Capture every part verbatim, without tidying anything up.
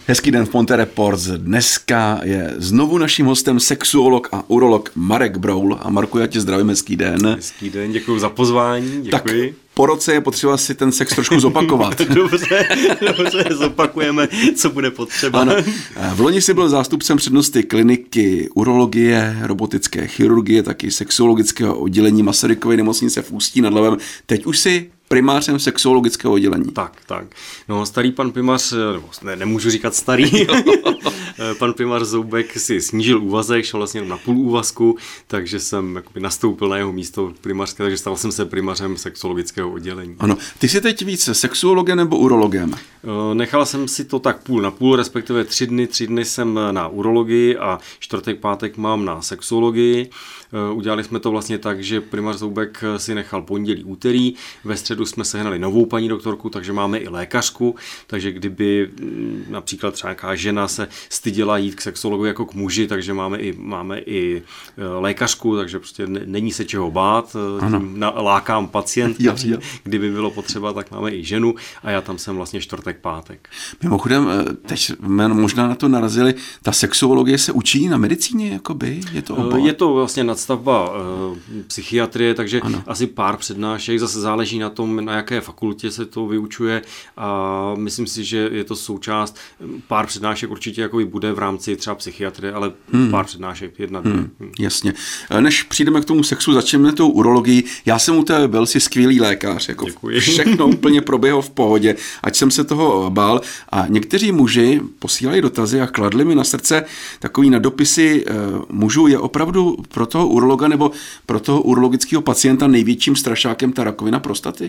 Hezký den v Ponte Reports. Dneska je znovu naším hostem sexuolog a urolog Marek Broul. A Marku, já tě zdravím, hezký den. Hezký den, děkuji za pozvání, děkuji. Tak po roce je potřeba si ten sex trošku zopakovat. dobře, dobře, zopakujeme, co bude potřeba. Ano. V loni jsi byl zástupcem přednosty kliniky urologie, robotické chirurgie, taky sexuologického oddělení Masarykovy nemocnice v Ústí nad Labem. Teď už jsi primářem sexuologického oddělení. Tak, tak. No, starý pan primář, ne, nemůžu říkat starý, pan primář Zoubek si snížil úvazek, šel vlastně na půl úvazku, takže jsem jakoby nastoupil na jeho místo primářské, takže stal jsem se primářem sexuologického oddělení. Ano. Ty jsi teď víc sexuologem nebo urologem? Nechal jsem si to tak půl na půl, respektive tři dny, tři dny jsem na urologii a čtvrtek, pátek mám na sexuologii. Udělali jsme to vlastně tak, že primář Zoubek si nechal pondělí, úterý, ve středu jsme sehnali novou paní doktorku, takže máme i lékařku, takže kdyby například třeba nějaká žena se styděla jít k sexologu jako k muži, takže máme i, máme i lékařku, takže prostě není se čeho bát, tím lákám pacient, kdyby bylo potřeba, tak máme i ženu a já tam jsem vlastně čtvrtek, pátek. Mimochodem, teď jsme možná na to narazili, ta sexuologie se učí na medicíně, jakoby? Je to obor? Je to vlastně nadstavba uh, psychiatrie, takže ano. Asi pár přednášek, zase záleží na tom, na jaké fakultě se to vyučuje a myslím si, že je to součást, pár přednášek určitě jako bude v rámci třeba psychiatrie, ale hmm. pár přednášek, jedna, dvě. Hmm. Hmm. Jasně. Než přijdeme k tomu sexu, začneme tou urologii. Já jsem u tebe byl, jsi skvělý lékař, jako Děkuji. Všechno úplně proběhlo v pohodě, ať jsem se toho bál. A někteří muži posílají dotazy a kladli mi na srdce takový na dopisy mužů, je opravdu pro toho urologa nebo pro toho urologického pacienta největším strašákem ta rakovina prostaty?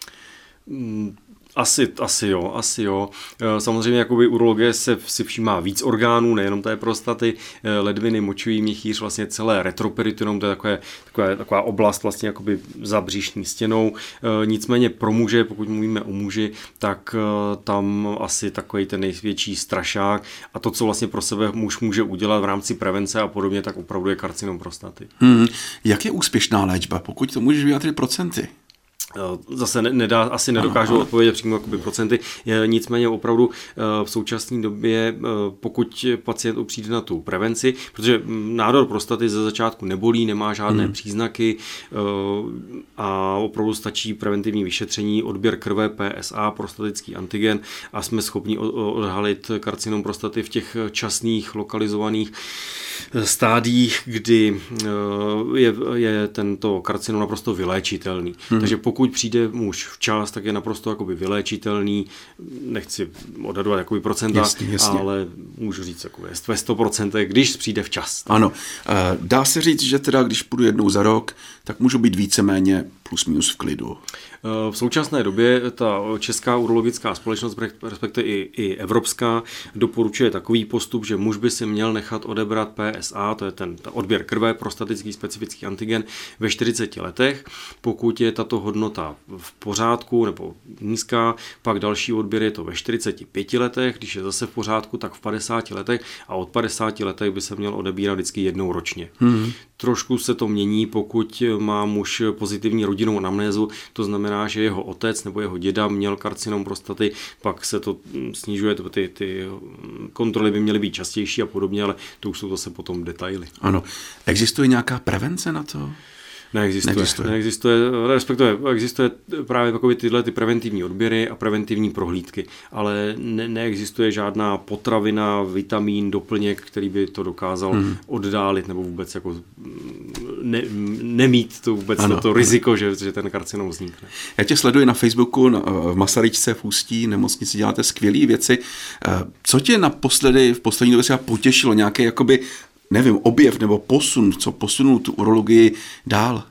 Asi, asi jo, asi jo. Samozřejmě jakoby urologie se si všímá víc orgánů, nejenom té prostaty, ledviny, močový měchýř, vlastně celé retroperitoneum, to je takové, takové, taková oblast vlastně jakoby za břišní stěnou. Nicméně pro muže, pokud mluvíme o muži, tak tam asi takový ten největší strašák a to, co vlastně pro sebe muž může udělat v rámci prevence a podobně, tak opravdu je karcinom prostaty. Hmm. Jak je úspěšná léčba, pokud to můžeš vyjádřit procenty? Zase nedá, asi nedokážu ano, odpovědět přímo jakoby procenty, nicméně opravdu v současné době, pokud pacient přijde na tu prevenci, protože nádor prostaty ze začátku nebolí, nemá žádné hmm. příznaky a opravdu stačí preventivní vyšetření, odběr krve, P S A, prostatický antigen a jsme schopni odhalit karcinom prostaty v těch časných lokalizovaných stádiích, kdy je, je tento karcinom naprosto vyléčitelný. Hmm. Takže pokud Pokud přijde muž včas, tak je naprosto jakoby vyléčitelný, nechci odhadovat jakoby procenta, jasně, jasně. ale můžu říct jakoby ve sto procent, když přijde včas. Ano, dá se říct, že teda když půjdu jednou za rok, tak můžu být víceméně plus minus v klidu. V současné době ta Česká urologická společnost, respektive i, i evropská, doporučuje takový postup, že muž by si měl nechat odebrat P S A, to je ten odběr krve, prostatický specifický antigen, ve čtyřiceti letech. Pokud je tato hodnota v pořádku nebo nízká, pak další odběr je to ve čtyřiceti pěti letech, když je zase v pořádku, tak v padesáti letech a od padesáti letech by se měl odebírat vždycky jednou ročně. Hmm. Trošku se to mění, pokud má muž pozitivní rodinnou anamnézu, to znamená, že jeho otec nebo jeho děda měl karcinom prostaty, pak se to snižuje, ty, ty kontroly by měly být častější a podobně, ale to už jsou zase potom detaily. Ano. Existuje nějaká prevence na to? Neexistuje. Neexistuje. Neexistuje, respektive existuje právě takové tyhle ty preventivní odběry a preventivní prohlídky, ale ne, neexistuje žádná potravina, vitamín, doplněk, který by to dokázal hmm. oddálit nebo vůbec jako ne, nemít to vůbec ano, to riziko, že, že ten karcinom vznikne. Já tě sleduji na Facebooku, na, v Masaryčce v Ústí nemocnici děláte skvělé věci. Co tě naposledy v poslední době třeba potěšilo? Nějaký jakoby nevím, objev nebo posun, co posunul tu urologii dál?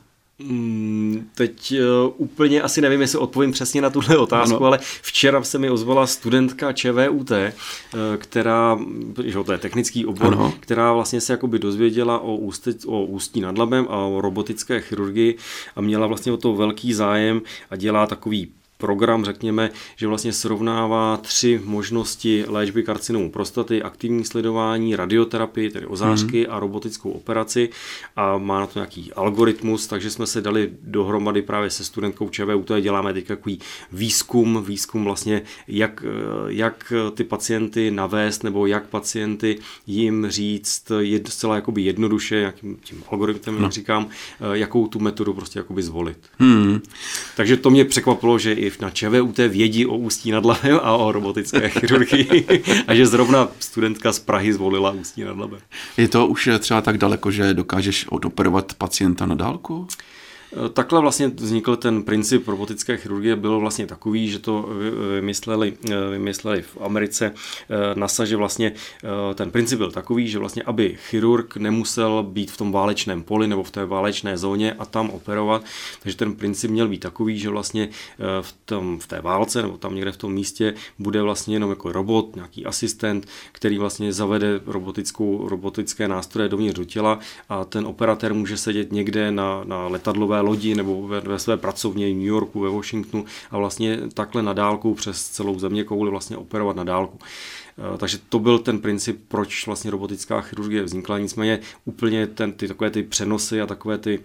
Mm, teď uh, úplně asi nevím, jestli odpovím přesně na tuhle otázku, ano. Ale včera se mi ozvala studentka ČVUT, uh, která, že to je technický obor, ano. která vlastně se jakoby dozvěděla o, ústě, o Ústí nad Labem a o robotické chirurgii a měla vlastně o to velký zájem a dělá takový program, řekněme, že vlastně srovnává tři možnosti léčby karcinomu prostaty, aktivní sledování, radioterapii, tedy ozářky mm. a robotickou operaci a má na to nějaký algoritmus, takže jsme se dali dohromady právě se studentkou ČVUT, děláme teď takový výzkum, výzkum vlastně, jak, jak ty pacienty navést nebo jak pacienty jim říct jed, zcela jakoby jednoduše, jakým tím algoritmem, no. jak říkám, jakou tu metodu prostě jakoby zvolit. Mm. Takže to mě překvapilo, že i na ČVUT vědí o Ústí nad Labem a o robotické chirurgii a že zrovna studentka z Prahy zvolila Ústí nad Labem. Je to už třeba tak daleko, že dokážeš odoperovat pacienta na dálku? Takhle vlastně vznikl ten princip robotické chirurgie, byl vlastně takový, že to vymysleli, vymysleli v Americe NASA, že vlastně ten princip byl takový, že vlastně aby chirurg nemusel být v tom válečném poli nebo v té válečné zóně a tam operovat, takže ten princip měl být takový, že vlastně v, tom, v té válce nebo tam někde v tom místě bude vlastně jenom jako robot, nějaký asistent, který vlastně zavede robotickou, robotické nástroje dovnitř do těla a ten operatér může sedět někde na, na letadlové lodi nebo ve, ve své pracovně v New Yorku, ve Washingtonu a vlastně takhle na dálku přes celou zeměkouli vlastně operovat na dálku. Takže to byl ten princip, proč vlastně robotická chirurgie vznikla. Nicméně úplně ten, ty takové ty přenosy a takové ty,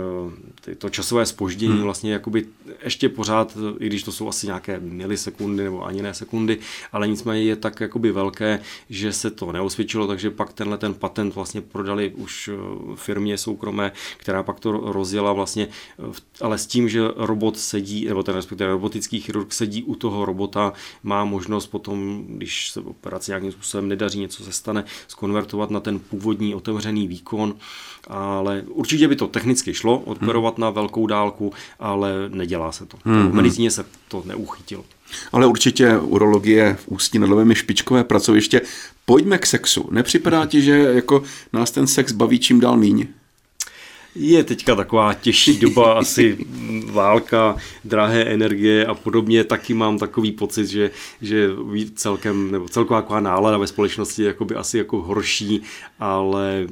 ty to časové zpoždění hmm. vlastně jakoby ještě pořád, i když to jsou asi nějaké milisekundy nebo ani ne sekundy, ale nicméně je tak jakoby velké, že se to neosvědčilo, takže pak tenhle ten patent vlastně prodali už firmě soukromé, která pak to rozjela vlastně, ale s tím, že robot sedí, nebo ten respektive robotický chirurg sedí u toho robota, má možnost potom, když se operace nějakým způsobem nedaří, něco se stane, zkonvertovat na ten původní otevřený výkon, ale určitě by to technicky šlo, operovat hmm. na velkou dálku, ale nedělá se to. Hmm. V medicíně se to neuchytilo. Ale určitě urologie v Ústí nad Labem je špičkové pracoviště. Pojďme k sexu. Nepřipadá ti, že jako nás ten sex baví čím dál míň? Je teďka taková těžší doba, asi válka, drahé energie a podobně. Taky mám takový pocit, že, že celkem, nebo celková taková nálada ve společnosti je jakoby asi jako horší, ale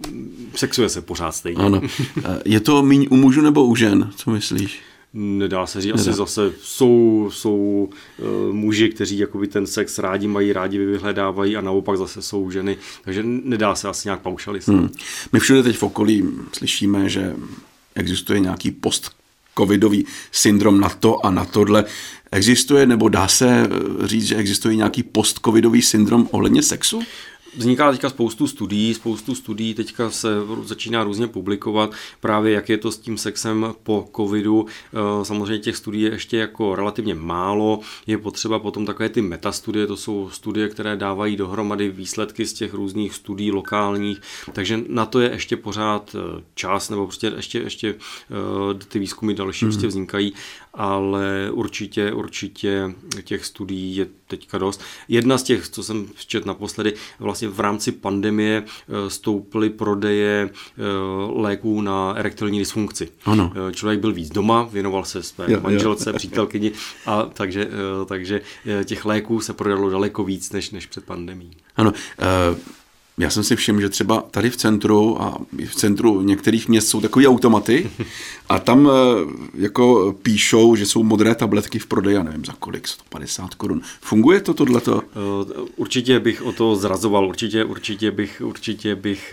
sexuje se pořád stejně. Ano. Je to míň u mužů nebo u žen? Co myslíš? Nedá se říct, asi zase jsou, jsou uh, muži, kteří jakoby ten sex rádi mají, rádi vyhledávají a naopak zase jsou ženy, takže nedá se asi nějak paušalizovat. Hmm. My všude teď v okolí slyšíme, že existuje nějaký post-covidový syndrom na to a na tohle. Existuje, nebo dá se říct, že existuje nějaký post-covidový syndrom ohledně sexu? Vzniká teďka spoustu studií, spoustu studií teďka se začíná různě publikovat, právě jak je to s tím sexem po covidu. Samozřejmě těch studií je ještě jako relativně málo, je potřeba potom takové ty metastudie, to jsou studie, které dávají dohromady výsledky z těch různých studií lokálních, takže na to je ještě pořád čas, nebo prostě ještě, ještě ty výzkumy další mm. prostě vznikají, ale určitě, určitě těch studií je teďka dost. Jedna z těch, co jsem četl naposledy, vlastně v rámci pandemie stouply prodeje léků na erektilní dysfunkci. Ano. Člověk byl víc doma, věnoval se své jo, manželce, jo. přítelkyni, a takže, takže těch léků se prodalo daleko víc než, než před pandemií. Ano. Uh... Já jsem si všiml, že třeba tady v centru a v centru některých měst jsou takové automaty a tam jako píšou, že jsou modré tabletky v prodeji, já nevím za kolik, sto padesát korun. Funguje to tohleto? Určitě bych o to zrazoval, určitě, určitě bych, určitě bych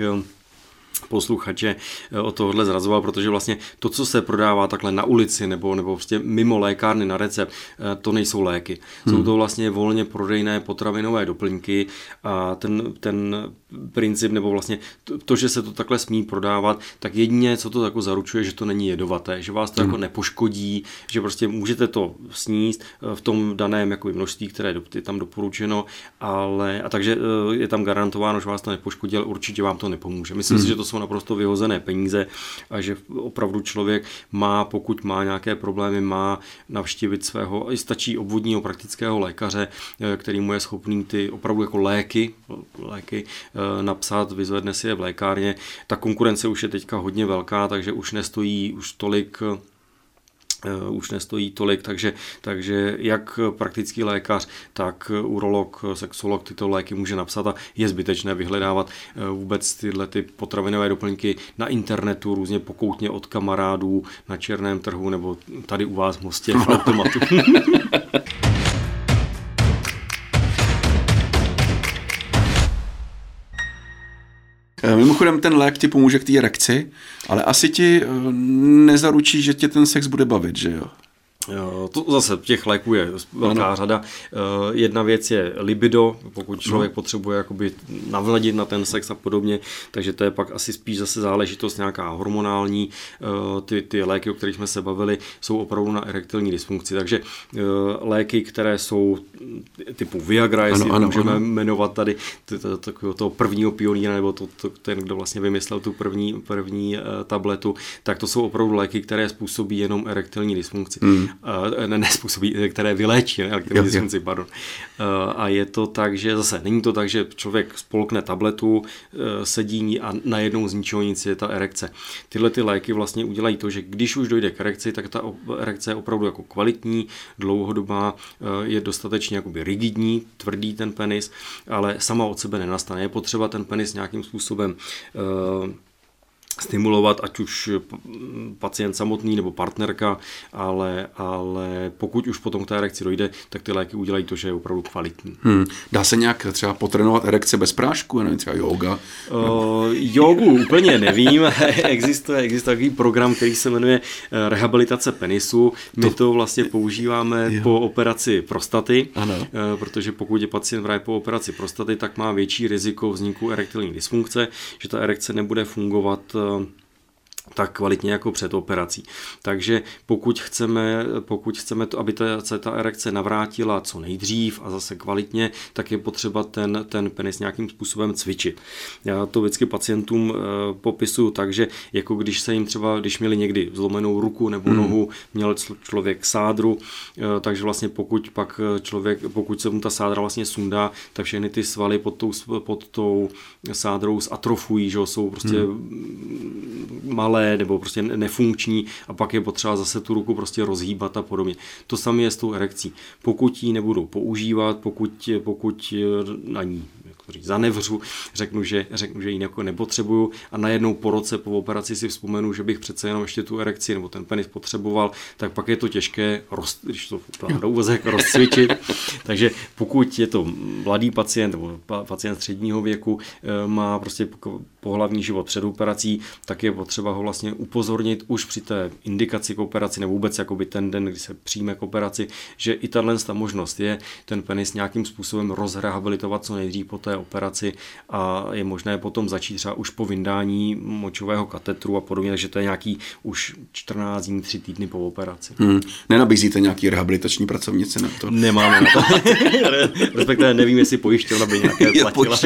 posluchače o tohle zrazoval, protože vlastně to, co se prodává takhle na ulici nebo, nebo prostě mimo lékárny na recept, to nejsou léky. Hmm. Jsou to vlastně volně prodejné potravinové doplňky a ten, ten princip, nebo vlastně to, to, že se to takhle smí prodávat, tak jedině, co to jako zaručuje, že to není jedovaté, že vás to hmm. jako nepoškodí, že prostě můžete to sníst v tom daném jako množství, které je tam doporučeno, ale a takže je tam garantováno, že vás to nepoškodí, ale určitě vám to nepomůže. Myslím hmm. si, že to jsou naprosto vyhozené peníze a že opravdu člověk má, pokud má nějaké problémy, má navštívit svého, i stačí obvodního praktického lékaře, který mu je schopný ty opravdu jako léky, léky napsat, vyzvedne si je v lékárně. Ta konkurence už je teďka hodně velká, takže už nestojí už tolik už nestojí tolik, takže, takže jak praktický lékař, tak urolog, sexolog tyto léky může napsat a je zbytečné vyhledávat vůbec tyhle ty potravinové doplňky na internetu, různě pokoutně od kamarádů na černém trhu nebo tady u vás v Mostě v automatu. Mimochodem ten lék ti pomůže k té erekci, ale asi ti nezaručí, že tě ten sex bude bavit, že jo? To zase těch léků je velká ano. řada. Jedna věc je libido, pokud člověk no. potřebuje jakoby navladit na ten sex a podobně, takže to je pak asi spíš zase záležitost nějaká hormonální. Ty, ty léky, o kterých jsme se bavili, jsou opravdu na erektilní dysfunkci, takže léky, které jsou typu Viagra, jestli ano, ano, můžeme ano. jmenovat tady toho prvního pionýra, nebo to, to, ten, kdo vlastně vymyslel tu první, první tabletu, tak to jsou opravdu léky, které způsobí jenom erektilní dysfunkci. Hmm. Ne, nespůsobí, které vyléčí, erektilní dysfunkci, pardon. A je to tak, že zase není to tak, že člověk spolkne tabletu, sedí a najednou z ničeho nic je ta erekce. Tyhle ty léky vlastně udělají to, že když už dojde k erekci, tak ta erekce je opravdu jako kvalitní, dlouhodobá, je dostatečně jakoby rigidní, tvrdý ten penis, ale sama od sebe nenastane. Je potřeba ten penis nějakým způsobem stimulovat, ať už pacient samotný nebo partnerka, ale, ale pokud už potom k té erekci dojde, tak ty léky udělají to, že je opravdu kvalitní. Hmm. Dá se nějak třeba potrénovat erekce bez prášku, nevím, třeba yoga? Uh, jogu úplně nevím, existuje, existuje takový program, který se jmenuje rehabilitace penisu. My to, to vlastně používáme jo. po operaci prostaty, ano. Uh, protože pokud je pacient právě po operaci prostaty, tak má větší riziko vzniku erektilní dysfunkce, že ta erekce nebude fungovat tak kvalitně jako před operací. Takže pokud chceme, pokud chceme to, aby ta, se ta erekce navrátila co nejdřív a zase kvalitně, tak je potřeba ten, ten penis nějakým způsobem cvičit. Já to vždycky pacientům e, popisuju tak, že jako když se jim třeba, když měli někdy zlomenou ruku nebo hmm. nohu, měl člověk sádru, e, takže vlastně pokud pak člověk, pokud se mu ta sádra vlastně sundá, tak všechny ty svaly pod tou, pod tou sádrou zatrofují, že jsou prostě hmm. malé nebo prostě nefunkční a pak je potřeba zase tu ruku prostě rozhýbat a podobně. To samé je s tou erekcí. Pokud ji nebudou používat, pokud, pokud na ní zanevřu, řeknu, že, řeknu, že ji jako nepotřebuju a najednou po roce po operaci si vzpomenu, že bych přece jenom ještě tu erekci nebo ten penis potřeboval, tak pak je to těžké, roz, když to do úvozek rozcvičit. Takže pokud je to mladý pacient nebo pacient středního věku, má prostě pohlavní život před operací, tak je potřeba ho vlastně upozornit už při té indikaci k operaci nebo vůbec jakoby ten den, kdy se přijme k operaci, že i tahle ta možnost je ten penis nějakým způsobem rozrehabilitovat co nejdřív po té operaci a je možné potom začít třeba už po vyndání močového katetru a podobně, takže to je nějaký už čtrnáct dní, tři týdny po operaci. Hmm. Nenabízíte nějaký rehabilitační pracovnice na to? Nemáme na to. Respektive nevím, jestli pojišťovna by nějaké platila.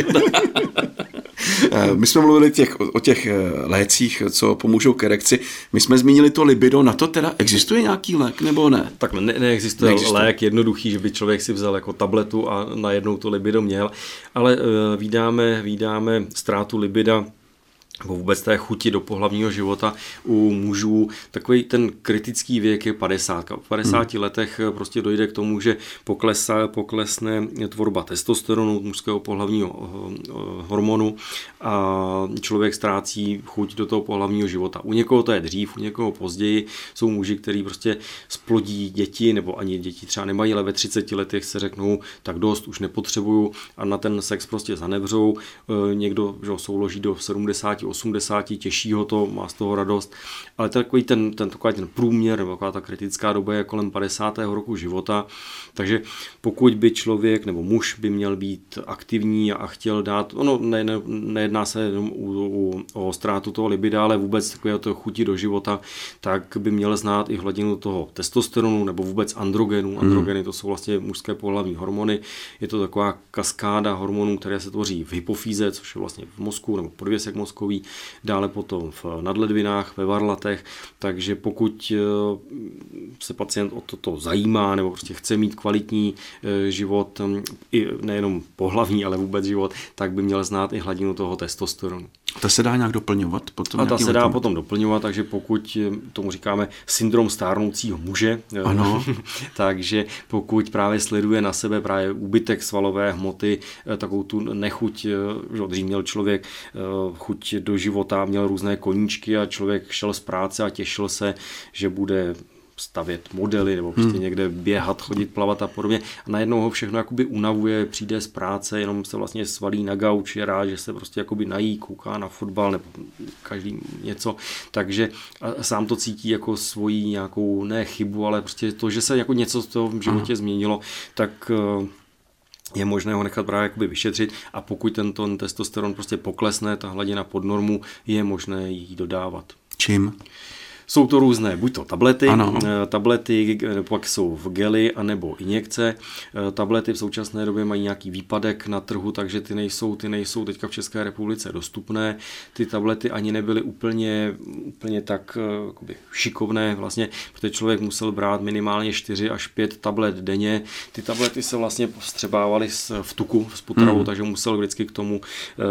My jsme mluvili těch, o těch lécích, co pomůžou k erekci. My jsme zmínili to libido. Na to teda existuje nějaký lék nebo ne? Tak ne, neexistuje, neexistuje lék jednoduchý, že by člověk si vzal jako tabletu a najednou to libido měl, ale uh, vídáme, vídáme ztrátu libida nebo vůbec té chuti do pohlavního života u mužů. Takový ten kritický věk je padesát. V padesáti hmm. letech prostě dojde k tomu, že poklesá, poklesne tvorba testosteronu, mužského pohlavního hormonu a člověk ztrácí chuť do toho pohlavního života. U někoho to je dřív, u někoho později. Jsou muži, kteří prostě splodí děti, nebo ani děti třeba nemají, ale ve třiceti letech se řeknou, tak dost, už nepotřebuju a na ten sex prostě zanevřou. Někdo že souloží do sedmdesáti, osmdesáti, těší ho to, má z toho radost, ale takový ten, ten, takový ten průměr, nebo taková ta kritická doba je kolem padesátého roku života, takže pokud by člověk nebo muž by měl být aktivní a chtěl dát, ono ne, ne, nejedná se jenom u, u, o ztrátu toho libida, ale vůbec takové to chuti do života, tak by měl znát i hladinu toho testosteronu nebo vůbec androgenů. Androgeny to jsou vlastně mužské pohlavní hormony, je to taková kaskáda hormonů, které se tvoří v hypofýze, což je vlastně v mozku nebo podvěsek mozkový, dále potom v nadledvinách, ve varlatech, takže pokud se pacient o toto zajímá nebo prostě chce mít kvalitní život, i nejenom pohlavní, ale vůbec život, tak by měl znát i hladinu toho testosteronu. Ta se dá nějak doplňovat potom? A ta se dá letem? potom doplňovat, takže pokud tomu říkáme syndrom stárnoucího muže, ano. takže pokud právě sleduje na sebe právě úbytek svalové hmoty, takovou tu nechuť, že dřív měl člověk chuť do života, měl různé koníčky a člověk šel z práce a těšil se, že bude stavět modely nebo prostě hmm. někde běhat, chodit, plavat a podobně. A najednou ho všechno jakoby unavuje, přijde z práce, jenom se vlastně svalí na gauč, je rád, že se prostě jakoby nají, kouká na fotbal nebo každý něco. Takže sám to cítí jako svoji nějakou ne chybu, ale prostě to, že se jako něco z toho v životě Aha. změnilo, tak je možné ho nechat právě jakoby vyšetřit a pokud tento testosteron prostě poklesne, ta hladina pod normu, je možné jí dodávat. Čím? Jsou to různé, buď to tablety, ano. tablety, pak jsou v gely, anebo injekce. Tablety v současné době mají nějaký výpadek na trhu, takže ty nejsou, ty nejsou teďka v České republice dostupné. Ty tablety ani nebyly úplně, úplně tak jakoby šikovné, vlastně, protože člověk musel brát minimálně čtyři až pět tablet denně. Ty tablety se vlastně vstřebávaly v tuku, s potravou, hmm. takže musel vždycky k tomu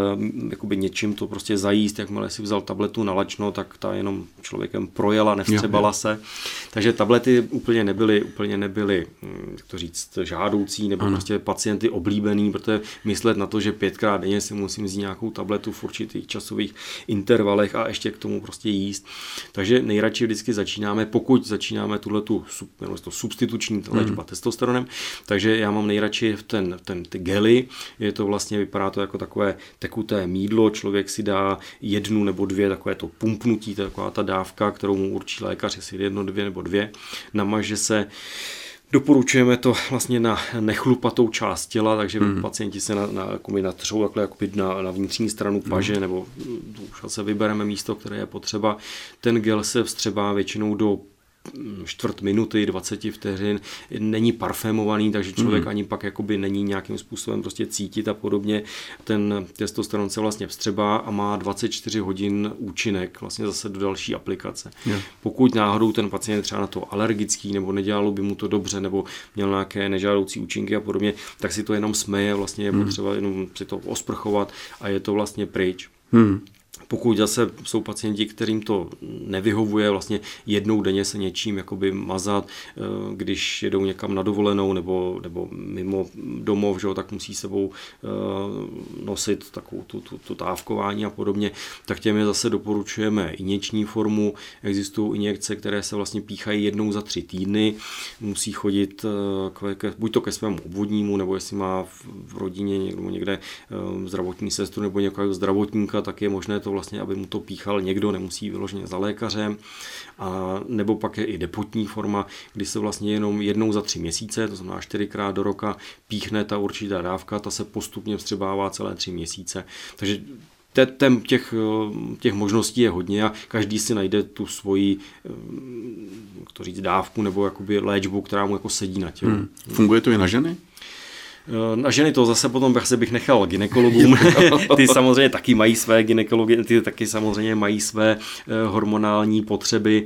jakoby něčím to prostě zajíst. Jakmile si vzal tabletu na lačno, tak ta jenom člověkem projela, nevstřebala se. Takže tablety úplně nebyly, úplně nebyly, jak to říct, žádoucí, nebo ano. prostě pacienty oblíbený, protože myslet na to, že pětkrát denně si musím vzít nějakou tabletu v určitých časových intervalech a ještě k tomu prostě jíst. Takže nejradši vždycky začínáme, pokud začínáme tuhletu to substituční léčba hmm. testosteronem, takže já mám nejradši ten, ten, ty gely, je to vlastně, vypadá to jako takové tekuté mýdlo, člověk si dá jednu nebo dvě takové to pumpnutí, taková ta dávka, kterou mu určí lékař, jestli jedno, dvě nebo dvě, namaže se. Doporučujeme to vlastně na nechlupatou část těla, takže hmm. pacienti se na, na, natřou takhle na, na vnitřní stranu paže, hmm. nebo už se vybereme místo, které je potřeba. Ten gel se vstřebá většinou do čtvrt minuty, dvacet vteřin, není parfémovaný, takže člověk mm. ani pak jakoby není nějakým způsobem prostě cítit a podobně. Ten testosteron se vlastně vstřebá a má dvacet čtyři hodin účinek vlastně zase do další aplikace. Yeah. Pokud náhodou ten pacient třeba na to alergický nebo nedělalo by mu to dobře nebo měl nějaké nežádoucí účinky a podobně, tak si to jenom smeje, vlastně je mm. potřeba jenom si to osprchovat a je to vlastně pryč. Mm. Pokud zase jsou pacienti, kterým to nevyhovuje, vlastně jednou denně se něčím jakoby mazat, když jedou někam na dovolenou nebo, nebo mimo domov, že, tak musí sebou nosit takovou tu, tu, tu távkování a podobně, tak těm je zase doporučujeme injekční formu. Existují injekce, které se vlastně píchají jednou za tři týdny, musí chodit k, ke, buď to ke svému obvodnímu, nebo jestli má v, v rodině někdo, někde zdravotní sestru nebo nějakého zdravotníka, tak je možné to vlastně, aby mu to píchal někdo, nemusí vyloženě za lékařem. A nebo pak je i depotní forma, kdy se vlastně jenom jednou za tři měsíce, to znamená čtyřikrát do roka, píchne ta určitá dávka, ta se postupně vstřebává celé tři měsíce. Takže Tem, těch, těch možností je hodně a každý si najde tu svoji, jak to říct, dávku nebo jakoby léčbu, která mu jako sedí na tělo. Hmm. Funguje to i na ženy? Na ženy to zase potom bych nechal gynekologům. Ty samozřejmě taky mají své gynekology, ty taky samozřejmě mají své hormonální potřeby.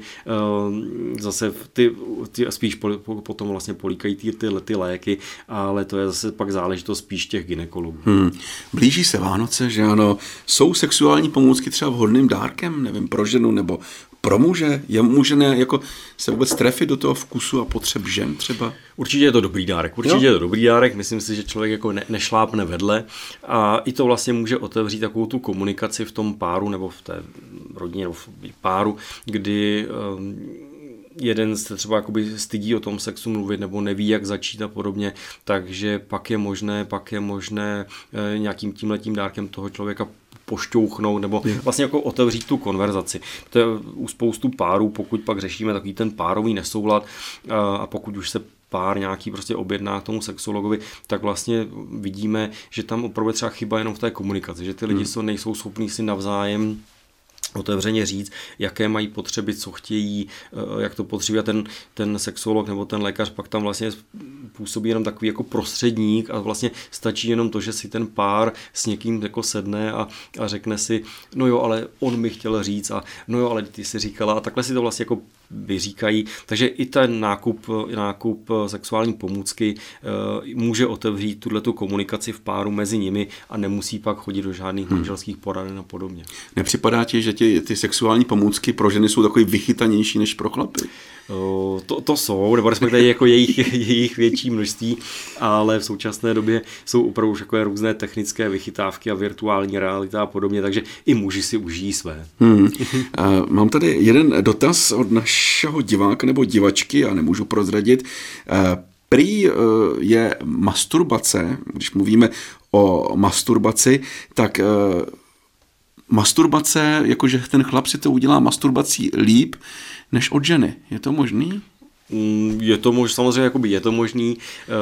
Zase ty, ty spíš potom vlastně políkají ty, ty, ty léky, ale to je zase pak záležitost spíš těch gynekologů. Hmm. Blíží se Vánoce, že ano. Jsou sexuální pomůcky třeba vhodným dárkem, nevím, pro ženu nebo pro muže? Je můžeme jako se vůbec trefit do toho vkusu a potřeb žen třeba? Určitě je to dobrý dárek. Určitě jo? je to dobrý dárek. Myslím si, že člověk jako ne, nešlápne vedle a i to vlastně může otevřít takovou tu komunikaci v tom páru nebo v té rodině nebo v páru, kdy um, jeden se třeba jakoby stydí o tom sexu mluvit nebo neví, jak začít a podobně, takže pak je možné, pak je možné e, nějakým tímhletím dárkem toho člověka pošťouchnout nebo vlastně jako otevřít tu konverzaci. To je u spoustu párů, pokud pak řešíme takový ten párový nesoulad a pokud už se pár nějaký prostě objedná k tomu sexologovi, tak vlastně vidíme, že tam opravdu třeba chyba jenom v té komunikaci, že ty lidi hmm. nejsou schopní si navzájem otevřeně říct, jaké mají potřeby, co chtějí, jak to potřebují a ten, ten sexolog nebo ten lékař pak tam vlastně působí jenom takový jako prostředník a vlastně stačí jenom to, že si ten pár s někým jako sedne a, a řekne si, no jo, ale on mi chtěl říct a no jo, ale ty si říkala a takhle si to vlastně jako vyříkají. Takže i ten nákup, nákup sexuální pomůcky může otevřít tuhletu komunikaci v páru mezi nimi a nemusí pak chodit do žádných hmm. manželských poraden a podobně. Nepřipadá ti, že ty, ty sexuální pomůcky pro ženy jsou takový vychytanější než pro chlapy? To, to jsou, nebo respektive jako jejich, jejich větší množství, ale v současné době jsou opravdu už takové různé technické vychytávky a virtuální realita a podobně, takže i muži si užijí své. Hmm. Mám tady jeden dotaz od našeho diváka nebo divačky, já nemůžu prozradit. Prý je masturbace, když mluvíme o masturbaci, tak masturbace, jakože ten chlap si to udělá masturbací líp než od ženy. Je to možný? Je to možný, samozřejmě jakoby je to možný.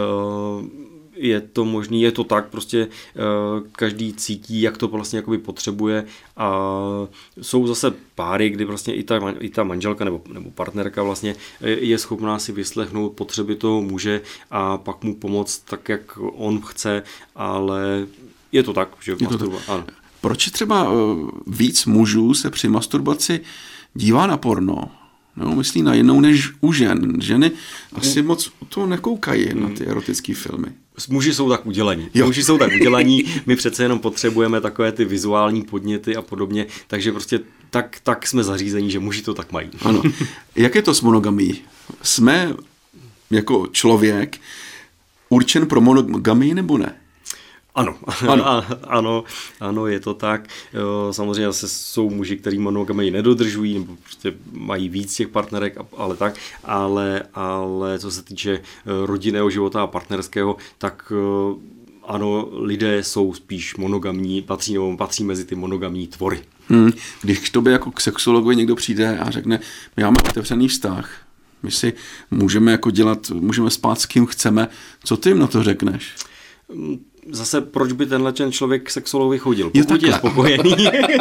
Je to možný, je to tak, prostě každý cítí, jak to vlastně jakoby potřebuje a jsou zase páry, kdy vlastně i ta, i ta manželka nebo, nebo partnerka vlastně je schopná si vyslechnout potřeby toho muže a pak mu pomoct tak, jak on chce, ale je to tak, že masturba, ano. Proč třeba víc mužů se při masturbaci dívá na porno? No, myslí na jinou než u žen. Ženy asi moc to nekoukají na ty erotické filmy. Muži jsou tak udělaní. Jo. Muži jsou tak udělaní, my přece jenom potřebujeme takové ty vizuální podněty a podobně, takže prostě tak, tak jsme zařízení, že muži to tak mají. Ano. Jak je to s monogamí? Jsme jako člověk určen pro monogamii nebo ne? Ano, ano. ano, ano, je to tak. Samozřejmě zase jsou muži, kteří monogamii nedodržují, nebo prostě mají víc těch partnerek, ale tak, ale, ale co se týče rodinného života a partnerského, tak ano, lidé jsou spíš monogamní, patří, nebo patří mezi ty monogamní tvory. Hmm. Když k tobě jako k sexuologovi někdo přijde a řekne, my máme otevřený vztah, my si můžeme jako dělat, můžeme spát s kým chceme, co ty jim na to řekneš? Zase proč by tenhle ten člověk k sexuologovi chodil? Pokud je, je spokojený,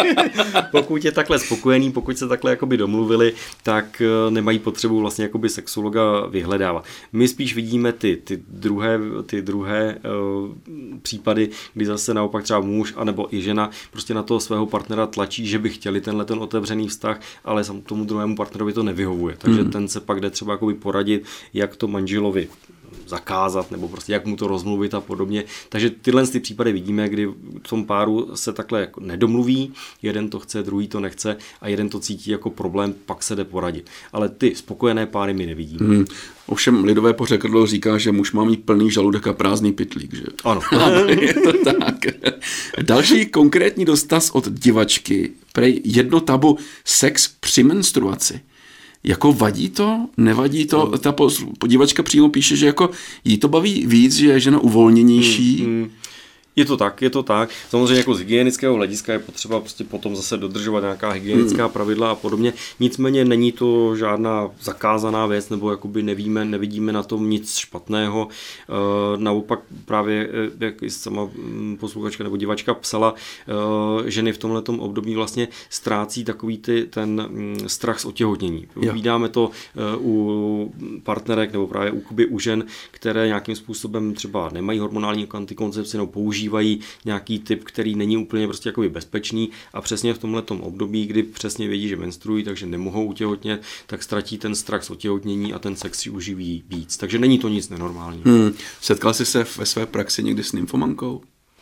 pokud je takhle spokojený, pokud se takhle jakoby domluvili, tak nemají potřebu vlastně jakoby sexuologa vyhledávat. My spíš vidíme ty, ty druhé, ty druhé uh, případy, kdy zase naopak třeba muž anebo i žena prostě na toho svého partnera tlačí, že by chtěli tenhle ten otevřený vztah, ale tomu druhému partnerovi to nevyhovuje. Takže hmm. ten se pak jde třeba jakoby poradit, jak to manželovi zakázat, nebo prostě jak mu to rozmluvit a podobně. Takže tyhle ty případy vidíme, kdy v tom páru se takhle jako nedomluví, jeden to chce, druhý to nechce a jeden to cítí jako problém, pak se jde poradit. Ale ty spokojené páry my nevidíme. Hmm. Ovšem lidové pořekadlo říká, že muž má mít plný žaludek a prázdný pytlík, že? Ano. Je to tak. Další konkrétní dotaz od divačky. Prej jedno tabu, sex při menstruaci. Jako vadí to? Nevadí to? Ta divačka přímo píše, že jako jí to baví víc, že je žena uvolněnější. Mm, mm. Je to tak, je to tak. Samozřejmě jako z hygienického hlediska je potřeba prostě potom zase dodržovat nějaká hygienická hmm. pravidla a podobně. Nicméně není to žádná zakázaná věc, nebo jakoby nevíme, nevidíme na tom nic špatného. E, naopak právě, jak i sama posluchačka nebo divačka psala, e, ženy v tomhletom období vlastně ztrácí takový ty, ten strach z otěhotnění. Vídáme to e, u partnerek nebo právě u, u žen, které nějakým způsobem třeba nemají hormonální antikoncepci nebo používají nějaký typ, který není úplně prostě jakoby bezpečný a přesně v tomhletom období, kdy přesně vědí, že menstruují, takže nemohou utěhotnět, tak ztratí ten strach z otěhotnění a ten sex si uživí víc. Takže není to nic nenormálního. Hmm. Setkal jsi se ve své praxi někdy s nymfomankou?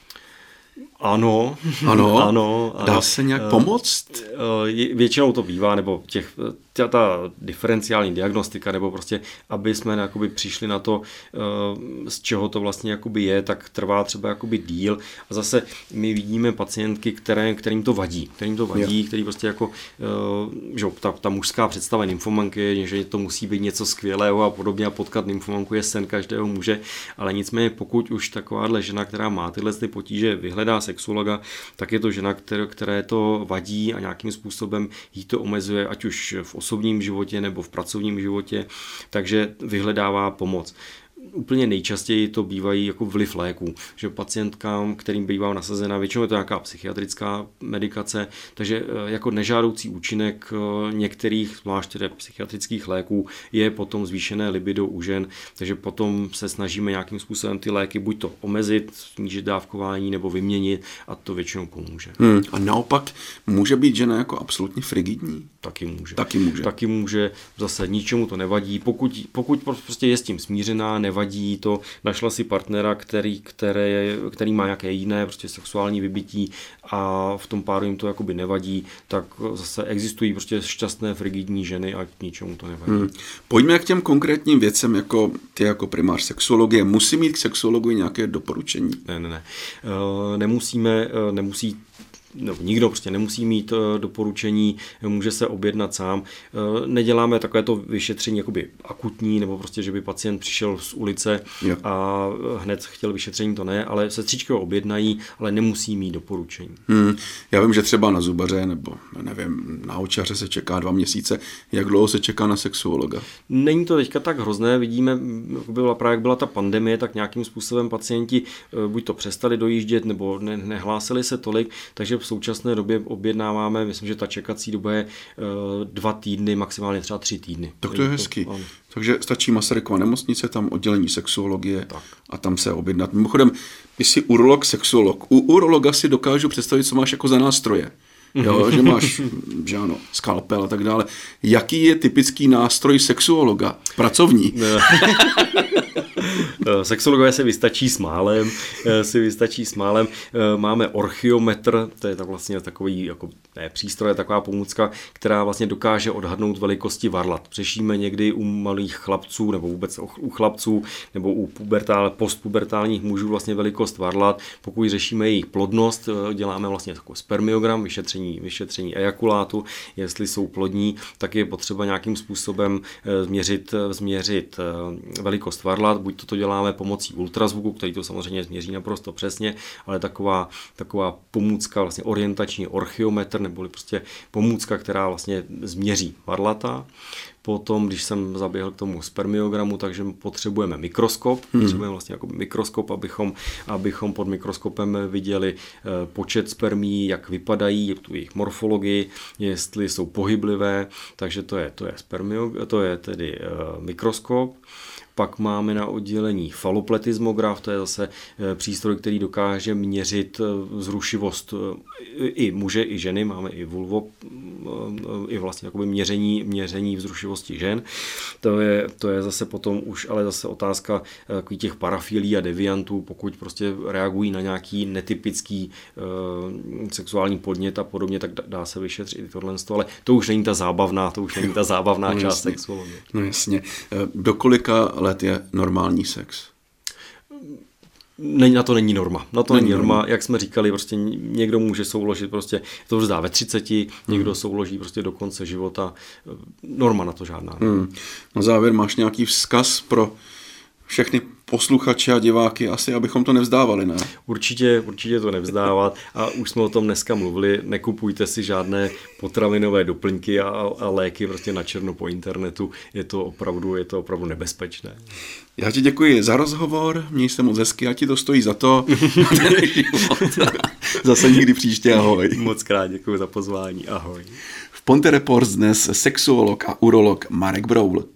Ano. Ano? ano. Dá se nějak pomoct? Většinou to bývá, nebo těch, ta, ta diferenciální diagnostika, nebo prostě, aby jsme jakoby přišli na to, z čeho to vlastně jakoby je, tak trvá třeba jakoby díl. A zase my vidíme pacientky, které, kterým to vadí. Kterým to vadí, jo. který prostě jako, že ta, ta mužská představa nymfomanky, že to musí být něco skvělého a podobně a potkat nymfomanku je sen každého muže, ale nicméně pokud už takováhle žena, která má tyhle ty potíže, vyhledá sexuologa, tak je to žena, které, které to vadí a nějakým způsobem jí to omezuje, ať už v osobním životě nebo v pracovním životě, takže vyhledává pomoc. úplně nejčastěji to bývají jako vliv léků, že pacientkám, kterým bývá nasazena, většinou je to nějaká psychiatrická medikace, takže jako nežádoucí účinek některých, zvlášť tedy psychiatrických léků, je potom zvýšené libido u žen, takže potom se snažíme nějakým způsobem ty léky buď to omezit, snížit dávkování nebo vyměnit a to většinou pomůže. Hmm. A naopak může být žena jako absolutně frigidní? Taky může. Taky může. Taky může, zase ničemu to nevadí, pokud, pokud prostě je s tím smířená, nevadí to, našla si partnera, který, které, který má nějaké jiné prostě sexuální vybití a v tom páru jim to jakoby nevadí, tak zase existují prostě šťastné frigidní ženy a ničemu to nevadí. Hmm. Pojďme k těm konkrétním věcem, jako ty jako primář sexuologie. Musí mít k sexuologii nějaké doporučení? Ne, ne, ne. E, nemusíme, nemusí No, nikdo prostě nemusí mít doporučení, může se objednat sám. Neděláme takovéto vyšetření jakoby akutní, nebo prostě, že by pacient přišel z ulice jo. a hned chtěl vyšetření, to ne, ale sestřičky ho objednají, ale nemusí mít doporučení. Hmm. Já vím, že třeba na zubaře nebo nevím, na očaře se čeká dva měsíce. Jak dlouho se čeká na sexuologa? Není to teďka tak hrozné, vidíme, byla právě jak byla ta pandemie, tak nějakým způsobem pacienti buď to přestali dojíždět, nebo ne, nehlásili se tolik, takže v současné době objednáváme, myslím, že ta čekací doba je dva týdny, maximálně třeba tři týdny. Tak to je hezký. Takže stačí Masarykova nemocnice, tam oddělení sexuologie tak. a tam se objednat. Mimochodem, jsi urolog, sexuolog. U urologa si dokážu představit, co máš jako za nástroje. Jo, že máš, že ano, skalpel a tak dále. Jaký je typický nástroj sexuologa? Pracovní. Sexologové se vystačí s málem, si vystačí s málem. Máme orchiometr, to je tak vlastně takový jako, ne, přístroj, taková pomůcka, která vlastně dokáže odhadnout velikosti varlat. Řešíme někdy u malých chlapců, nebo vůbec u chlapců, nebo u pubertál, postpubertálních mužů vlastně velikost varlat. Pokud řešíme jejich plodnost, děláme vlastně takový spermiogram, vyšetření, vyšetření ejakulátu, jestli jsou plodní, tak je potřeba nějakým způsobem změřit, změřit velikost varlat, buď to děláme pomocí ultrazvuku, který to samozřejmě změří naprosto přesně, ale taková, taková pomůcka, vlastně orientační orchiometr, neboli prostě pomůcka, která vlastně změří varlata. Potom, když jsem zaběhl k tomu spermiogramu, takže potřebujeme mikroskop, hmm. potřebujeme vlastně jako mikroskop, abychom, abychom pod mikroskopem viděli počet spermií, jak vypadají, tu jejich morfologii, jestli jsou pohyblivé, takže to je, to je, spermio, to je tedy uh, mikroskop. Pak máme na oddělení falopletismograf, to je zase přístroj, který dokáže měřit zrušivost i muže, i ženy, máme i vulvo, i vlastně jakoby měření, měření vzrušivosti žen. To je, to je zase potom už ale zase otázka těch parafilí a deviantů, pokud prostě reagují na nějaký netypický uh, sexuální podnět a podobně, tak dá se vyšetřit i tohle, ale to už není ta zábavná, to už není ta zábavná no, část sexuologie. No jasně. Do kolika let je normální sex? Na to není norma. Na to není, není norma. Jak jsme říkali, prostě někdo může souložit, prostě to už zdá ve třiceti, někdo hmm. souloží prostě do konce života. Norma na to žádná. Hmm. Na závěr máš nějaký vzkaz pro všechny posluchače a diváky, asi abychom to nevzdávali, ne? Určitě, určitě to nevzdávat a už jsme o tom dneska mluvili, nekupujte si žádné potravinové doplňky a, a léky prostě na černo po internetu, je to opravdu, je to opravdu nebezpečné. Já ti děkuji za rozhovor, měj se moc hezky, a ti to stojí za to. Zase nikdy příště, ahoj. Moc krát děkuji za pozvání, ahoj. V Ponte Reports dnes sexuolog a urolog Marek Broul.